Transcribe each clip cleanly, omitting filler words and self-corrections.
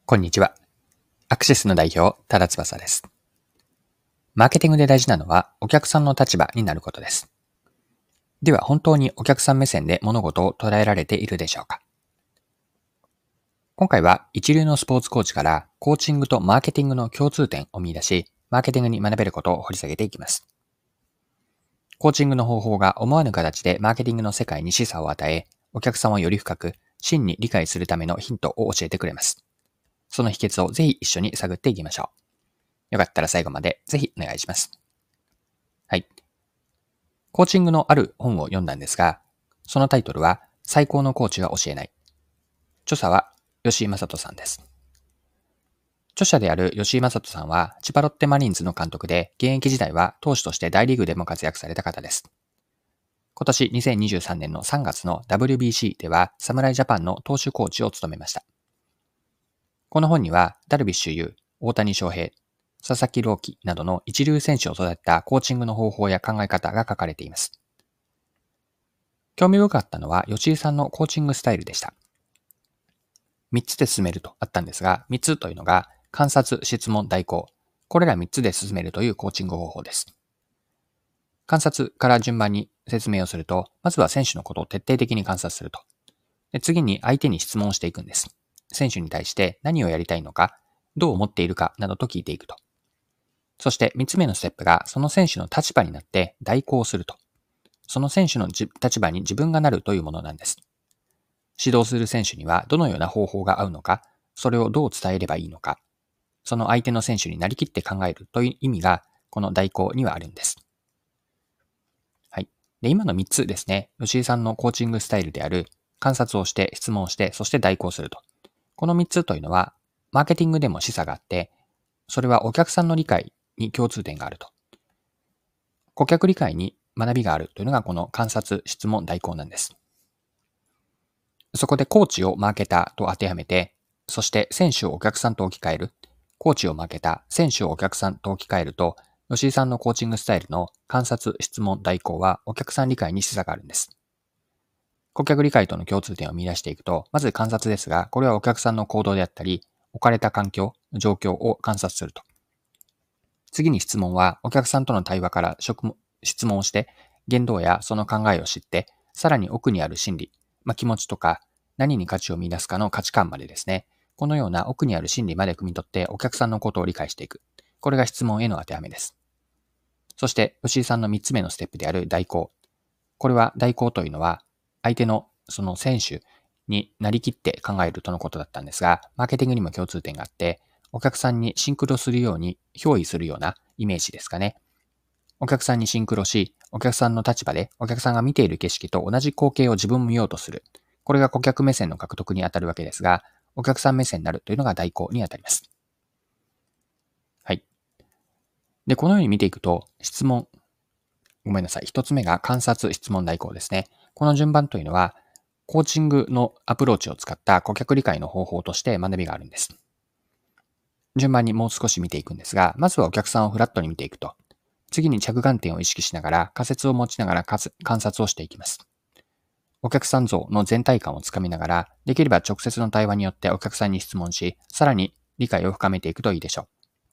こんにちは。アクシスの代表、多田翼です。マーケティングで大事なのは、お客さんの立場になることです。では、本当にお客さん目線で物事を捉えられているでしょうか？今回は、一流のスポーツコーチから、コーチングとマーケティングの共通点を見出し、マーケティングに学べることを掘り下げていきます。コーチングの方法が思わぬ形でマーケティングの世界に示唆を与え、お客さんをより深く、真に理解するためのヒントを教えてくれます。その秘訣をぜひ一緒に探っていきましょう。よかったら最後までぜひお願いします。はい。コーチングのある本を読んだんですが、そのタイトルは最高のコーチが教えない。著者は吉井正人さんです。著者である吉井正人さんは千葉ロッテマリーンズの監督で、現役時代は投手として大リーグでも活躍された方です。今年2023年の3月の WBC では侍ジャパンの投手コーチを務めました。この本にはダルビッシュ有、大谷翔平、佐々木朗希などの一流選手を育てたコーチングの方法や考え方が書かれています。興味深かったのは吉井さんのコーチングスタイルでした。3つで進めるとあったんですが、3つというのが観察、質問、代行。これら3つで進めるというコーチング方法です。観察から順番に説明をすると、まずは選手のことを徹底的に観察すると。で、次に相手に質問をしていくんです。選手に対して何をやりたいのか、どう思っているかなどと聞いていくと。そして3つ目のステップがその選手の立場になって代行すると。その選手の立場に自分がなるというものなんです。指導する選手にはどのような方法が合うのか、それをどう伝えればいいのか、その相手の選手になりきって考えるという意味が、この代行にはあるんです。はい。で、今の3つですね、吉井さんのコーチングスタイルである、観察をして、質問をして、そして代行すると。この3つというのは、マーケティングでも示唆があって、それはお客さんの理解に共通点があると。顧客理解に学びがあるというのが、この観察、質問、代行なんです。そこでコーチをマーケターと当てはめて、そして選手をお客さんと置き換える。コーチをマーケター、選手をお客さんと置き換えると、吉井さんのコーチングスタイルの観察、質問、代行はお客さん理解に示唆があるんです。顧客理解との共通点を見出していくと、まず観察ですが、これはお客さんの行動であったり、置かれた環境、状況を観察すると。次に質問は、お客さんとの対話から質問をして、言動やその考えを知って、さらに奥にある心理、気持ちとか、何に価値を見出すかの価値観までですね。このような奥にある心理まで汲み取ってお客さんのことを理解していく。これが質問への当てはめです。そして、吉井さんの3つ目のステップである代行。これは代行というのは、相手のその選手になりきって考えるとのことだったんですが、マーケティングにも共通点があって、お客さんにシンクロするように、憑依するようなイメージですかね。お客さんにシンクロし、お客さんの立場でお客さんが見ている景色と同じ光景を自分も見ようとする。これが顧客目線の獲得に当たるわけですが、お客さん目線になるというのが代行に当たります。はい。で、このように見ていくと、ごめんなさい。一つ目が観察、質問、代行ですね。この順番というのは、コーチングのアプローチを使った顧客理解の方法として学びがあるんです。順番にもう少し見ていくんですが、まずはお客さんをフラットに見ていくと。次に着眼点を意識しながら仮説を持ちながら観察をしていきます。お客さん像の全体感をつかみながら、できれば直接の対話によってお客さんに質問し、さらに理解を深めていくといいでしょう。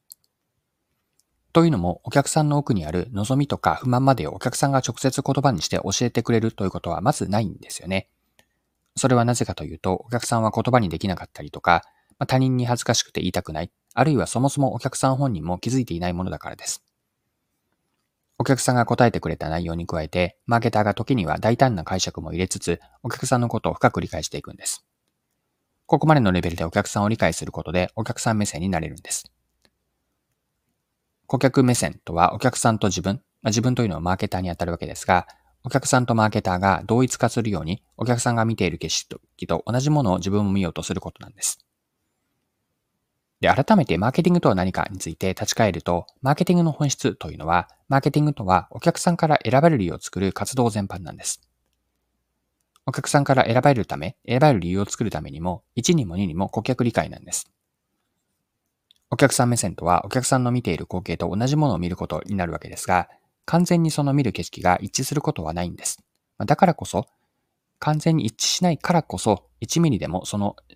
というのも、お客さんの奥にある望みとか不満までをお客さんが直接言葉にして教えてくれるということはまずないんですよね。それはなぜかというと、お客さんは言葉にできなかったりとか、他人に恥ずかしくて言いたくない、あるいはそもそもお客さん本人も気づいていないものだからです。お客さんが答えてくれた内容に加えて、マーケターが時には大胆な解釈も入れつつ、お客さんのことを深く理解していくんです。ここまでのレベルでお客さんを理解することで、お客さん目線になれるんです。顧客目線とはお客さんと自分、自分というのはマーケターに当たるわけですが、お客さんとマーケターが同一化するように、お客さんが見ている景色と同じものを自分も見ようとすることなんです。で、改めてマーケティングとは何かについて立ち返ると、マーケティングの本質というのは、マーケティングとはお客さんから選ばれる理由を作る活動全般なんです。お客さんから選ばれる理由を作るためにも、1にも2にも顧客理解なんです。お客さん目線とは、お客さんの見ている光景と同じものを見ることになるわけですが、完全にその見る景色が一致することはないんです。だからこそ、完全に一致しないからこそ、1ミリでもその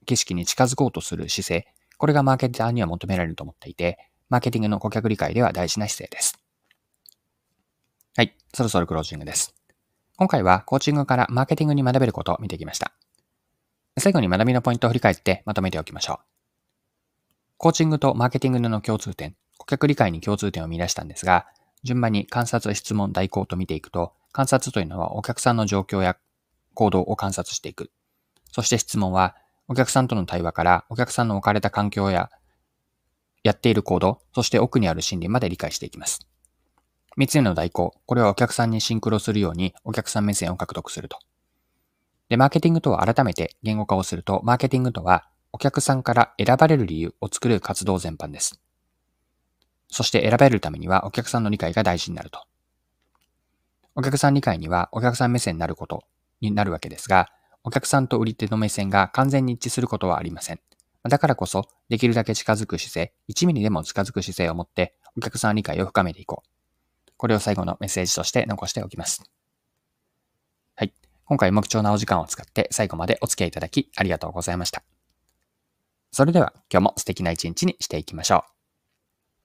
景色に近づこうとする姿勢、これがマーケターには求められると思っていて、マーケティングの顧客理解では大事な姿勢です。はい、そろそろクロージングです。今回はコーチングからマーケティングに学べることを見てきました。最後に学びのポイントを振り返ってまとめておきましょう。コーチングとマーケティングの共通点、顧客理解に共通点を見出したんですが、順番に観察、質問、代行と見ていくと、観察というのはお客さんの状況や行動を観察していく。そして質問は、お客さんとの対話からお客さんの置かれた環境ややっている行動、そして奥にある心理まで理解していきます。三つ目の代行、これはお客さんにシンクロするようにお客さん目線を獲得すると。で、マーケティングとは改めて言語化をすると、マーケティングとはお客さんから選ばれる理由を作る活動全般です。そして選ばれるためにはお客さんの理解が大事になると。お客さん理解にはお客さん目線になることになるわけですが、お客さんと売り手の目線が完全に一致することはありません。だからこそ、できるだけ近づく姿勢、1ミリでも近づく姿勢を持って、お客さん理解を深めていこう。これを最後のメッセージとして残しておきます。はい。今回も貴重なお時間を使って最後までお付き合いいただきありがとうございました。それでは今日も素敵な一日にしていきましょう。